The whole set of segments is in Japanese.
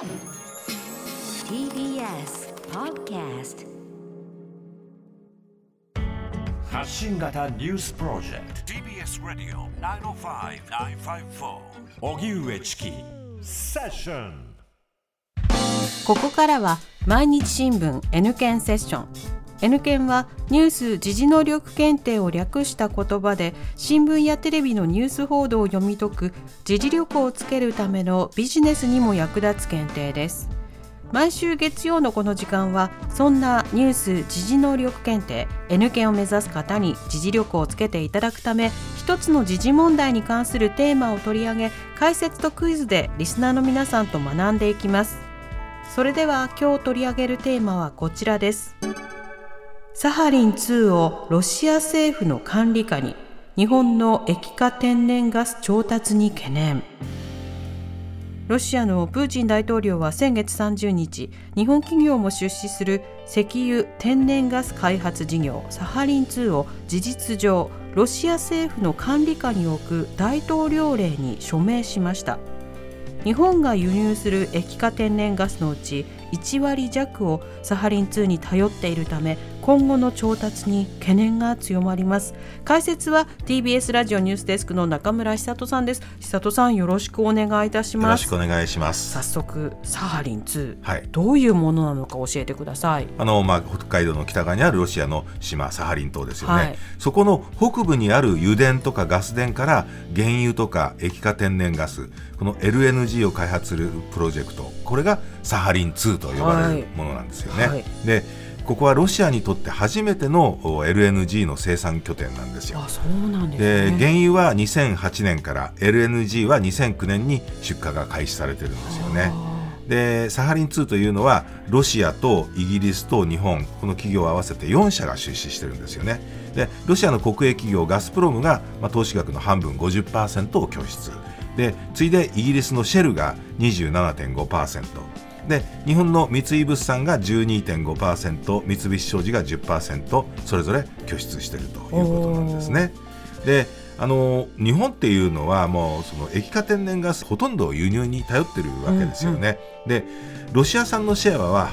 TBS Podcast 発信型ニュースプロジェクト TBS ラディオ905-954おぎゅうえちきセッション。 ここからは毎日新聞 N 検セッション。N 検はニュース・時事能力検定を略した言葉で、新聞やテレビのニュース報道を読み解く時事力をつけるためのビジネスにも役立つ検定です。毎週月曜のこの時間は、そんなニュース・時事能力検定 N 検を目指す方に時事力をつけていただくため、一つの時事問題に関するテーマを取り上げ、解説とクイズでリスナーの皆さんと学んでいきます。それでは今日取り上げるテーマはこちらです。サハリン2をロシア政府の管理下に、日本の液化天然ガス調達に懸念。ロシアのプーチン大統領は先月30日、日本企業も出資する石油・天然ガス開発事業サハリン2を事実上ロシア政府の管理下に置く大統領令に署名しました。日本が輸入する液化天然ガスのうち1割弱をサハリン2に頼っているため、今後の調達に懸念が強まります。解説は TBS ラジオニュースデスクの中村久人さんです。久人さん、よろしくお願いいたします。 よろしくお願いします。 早速サハリン2、 はい、 どういうものなのか教えてください。 北海道の北側にあるロシアの島サハリン島ですよね、 はい、 そこの北部にある油田とかガス田から原油とか液化天然ガス、この LNG を開発するプロジェクト、これがサハリン2と呼ばれるものなんですよね、はい、でここはロシアにとって初めての LNG の生産拠点なんですよ。 そうなんですね。 で原油は2008年から LNG は2009年に出荷が開始されてるんですよね。でサハリン2というのはロシアとイギリスと日本、この企業を合わせて4社が出資してるんですよね。でロシアの国営企業ガスプロムが、投資額の半分 50% を拠出で、次いでイギリスのシェルが 27.5%で、日本の三井物産が 12.5%、 三菱商事が 10% それぞれ拠出しているということなんですね。で日本っていうのはもうその液化天然ガスほとんど輸入に頼ってるわけですよね、でロシア産のシェアは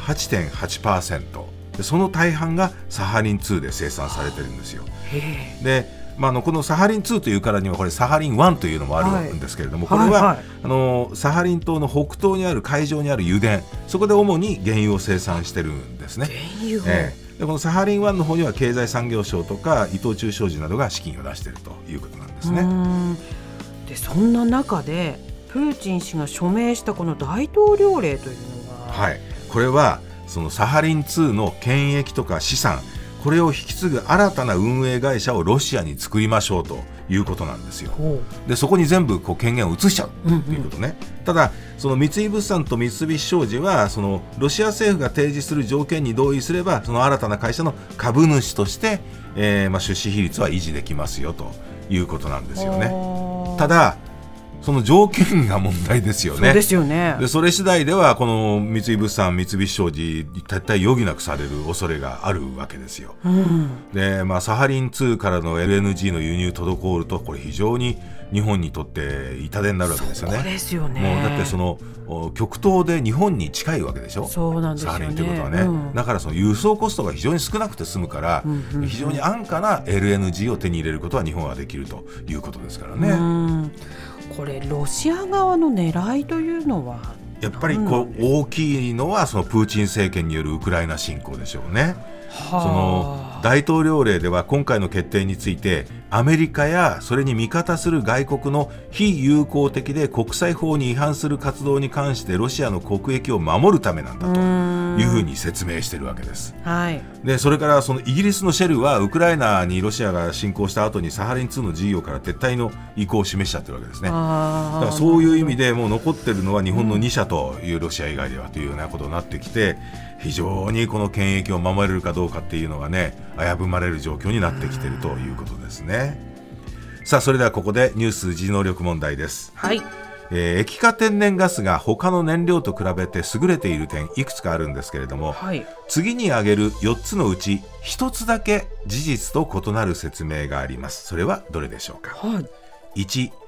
8.8% で、その大半がサハリン2で生産されてるんですよ。でこのサハリン2というからにはこれサハリン1というのもあるんですけれども、これは、サハリン島の北東にある海上にある油田、そこで主に原油を生産してるんですね。 原油、 でこのサハリン1の方には経済産業省とか伊藤忠商事などが資金を出しているということなんですね。 でそんな中でプーチン氏が署名したこの大統領令というのが、 これはそのサハリン2の権益とか資産、これを引き継ぐ新たな運営会社をロシアに作りましょうということなんですよ。でそこに全部権限を移しちゃうということね、ただその三井物産と三菱商事はそのロシア政府が提示する条件に同意すれば、その新たな会社の株主として、出資比率は維持できますよということなんですよね。ただその条件が問題ですよね。 そうですよね。 でそれ次第ではこの三井物産、三菱商事絶対余儀なくされる恐れがあるわけですよ、でサハリン2からの LNG の輸入滞ると、これ非常に日本にとって痛手になるわけですよね。 そうですよね。 もうだってその極東で日本に近いわけでしょ。 そうなんですよね。 サハリンということはね、だからその輸送コストが非常に少なくて済むから、非常に安価な LNG を手に入れることは日本はできるということですからね。 これロシア側の狙いというのはやっぱり大きいのはそのプーチン政権によるウクライナ侵攻でしょうね。その大統領令では今回の決定について、アメリカやそれに味方する外国の非友好的で国際法に違反する活動に関してロシアの国益を守るためなんだというふうに説明しているわけです、でそれからそのイギリスのシェルはウクライナにロシアが侵攻した後にサハリン2の事業から撤退の意向を示しちゃってるわけですね。だからそういう意味でもう残ってるのは日本の2社というロシア以外ではというようなことになってきて、非常にこの権益を守れるかどうかっていうのがね、危ぶまれる状況になってきているということですね。さあそれではここでニュース時能力問題です。液化天然ガスが他の燃料と比べて優れている点いくつかあるんですけれども、次に挙げる4つのうち1つだけ事実と異なる説明があります。それはどれでしょうか。1、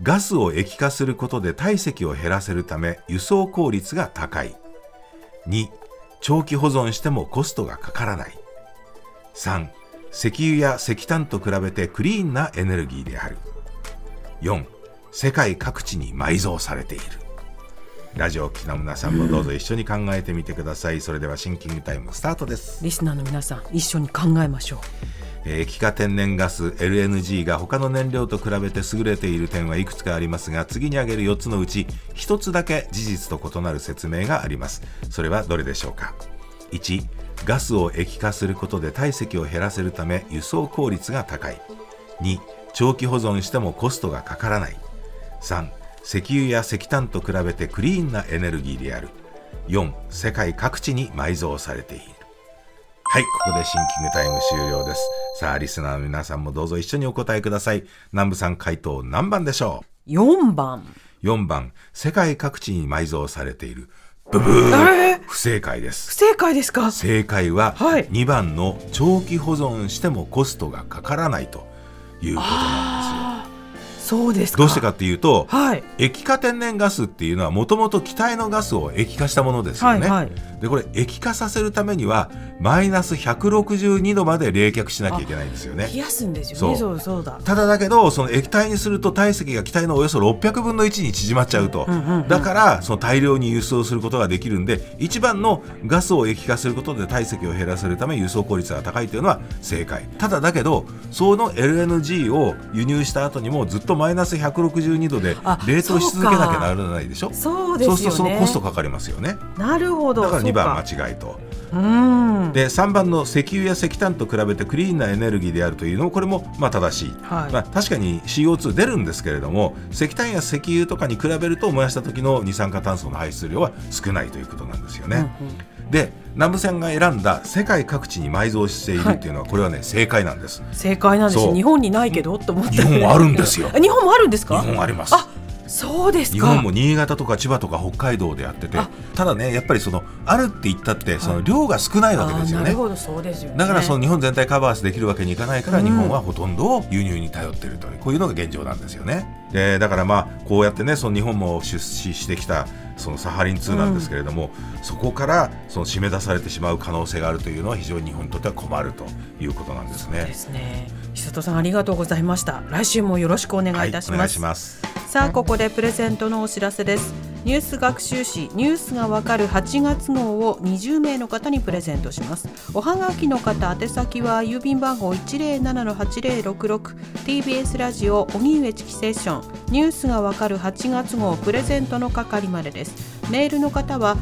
ガスを液化することで体積を減らせるため輸送効率が高い。2、長期保存してもコストがかからない。3、石油や石炭と比べてクリーンなエネルギーである。4、世界各地に埋蔵されている。ラジオを聴きの皆さんもどうぞ一緒に考えてみてください。それではシンキングタイムスタートです。 リスナーの皆さん一緒に考えましょう。 液化天然ガス LNG が他の燃料と比べて優れている点はいくつかありますが、次に挙げる4つのうち1つだけ事実と異なる説明があります。それはどれでしょうか。1、ガスを液化することで体積を減らせるため輸送効率が高い。2、長期保存してもコストがかからない。3、石油や石炭と比べてクリーンなエネルギーである。4、世界各地に埋蔵されている。はい、ここでシンキングタイム終了です。さあ、リスナーの皆さんもどうぞ一緒にお答えください。南部さん、回答何番でしょう。 4番。 4番、世界各地に埋蔵されている。ブブー、不正解です。 不正解ですか。 正解は2番の長期保存してもコストがかからないということなんですよ。 そうですか。 どうしてかっていうと、 はい、 液化天然ガスっていうのはもともと気体のガスを液化したものですよね、はいはい、でこれ液化させるためにはマイナス162度まで冷却しなきゃいけないんですよね。 冷やすんですよね。そうだ。 ただだけどその液体にすると体積が気体のおよそ600分の1に縮まっちゃうと、だからその大量に輸送することができるんで、1番のガスを液化することで体積を減らせるため輸送効率が高いというのは正解。ただだけどその LNG を輸入した後にもずっとマイナス162度で冷凍し続けなきゃならないでしょ。 そうですよね。 そうするとそのコストかかりますよね。 なるほど。 だから2番間違いと。で3番の石油や石炭と比べてクリーンなエネルギーであるというのもこれも正しい、はい確かに CO2 出るんですけれども、石炭や石油とかに比べると燃やした時の二酸化炭素の排出量は少ないということなんですよね、で南部さんが選んだ世界各地に埋蔵しているっていうのはこれはね正解なんです。 正解なんです。日本にないけどと思って。 日本あるんですよ。 日本もあるんですか。 日本あります。 そうですか。 日本も新潟とか千葉とか北海道でやってて、ただねやっぱりそのあるって言ったってその量が少ないわけですよね。 なるほど、そうですよね。 だからその日本全体カバーできるわけにいかないから、日本はほとんどを輸入に頼っているというこういうのが現状なんですよね。でだからこうやってねその日本も出資してきたそのサハリン2なんですけれども、そこからその締め出されてしまう可能性があるというのは非常に日本にとっては困るということなんですね。 そうですね。久人さんありがとうございました。来週もよろしくお願いいたします。 お願いします。 さあここでプレゼントのお知らせです。ニュース学習誌ニュースがわかる8月号を20名の方にプレゼントします。おはがきの方宛先は郵便番号 107-8066 TBS ラジオ荻上チキセッションニュースがわかる8月号プレゼントの係までです。メールの方は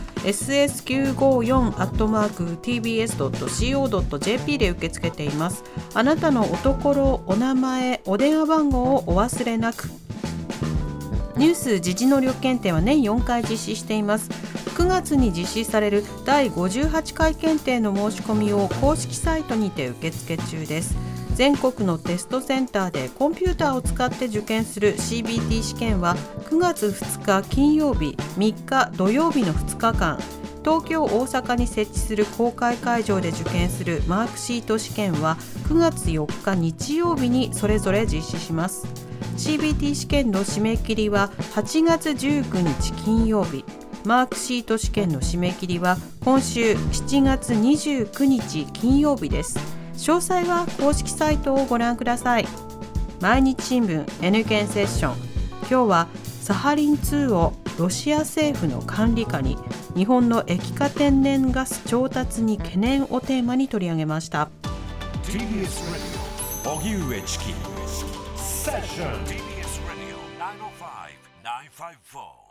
ss954@tbs.co.jp で受け付けています。あなたのおところ、お名前、お電話番号をお忘れなく。ニュース時事能力検定は年4回実施しています。9月に実施される第58回検定の申し込みを公式サイトにて受付中です。全国のテストセンターでコンピューターを使って受験する CBT 試験は9月2日金曜日、3日土曜日の2日間、東京、大阪に設置する公開会場で受験するマークシート試験は9月4日日曜日にそれぞれ実施します。CBT 試験の締め切りは8月19日金曜日、マークシート試験の締め切りは今週7月29日金曜日です。詳細は公式サイトをご覧ください。毎日新聞 N 検セッション、今日はサハリン2をロシア政府の管理下に、日本の液化天然ガス調達に懸念をテーマに取り上げました。 TBS ラジオ荻上チキセッション TBS ラジオ905-954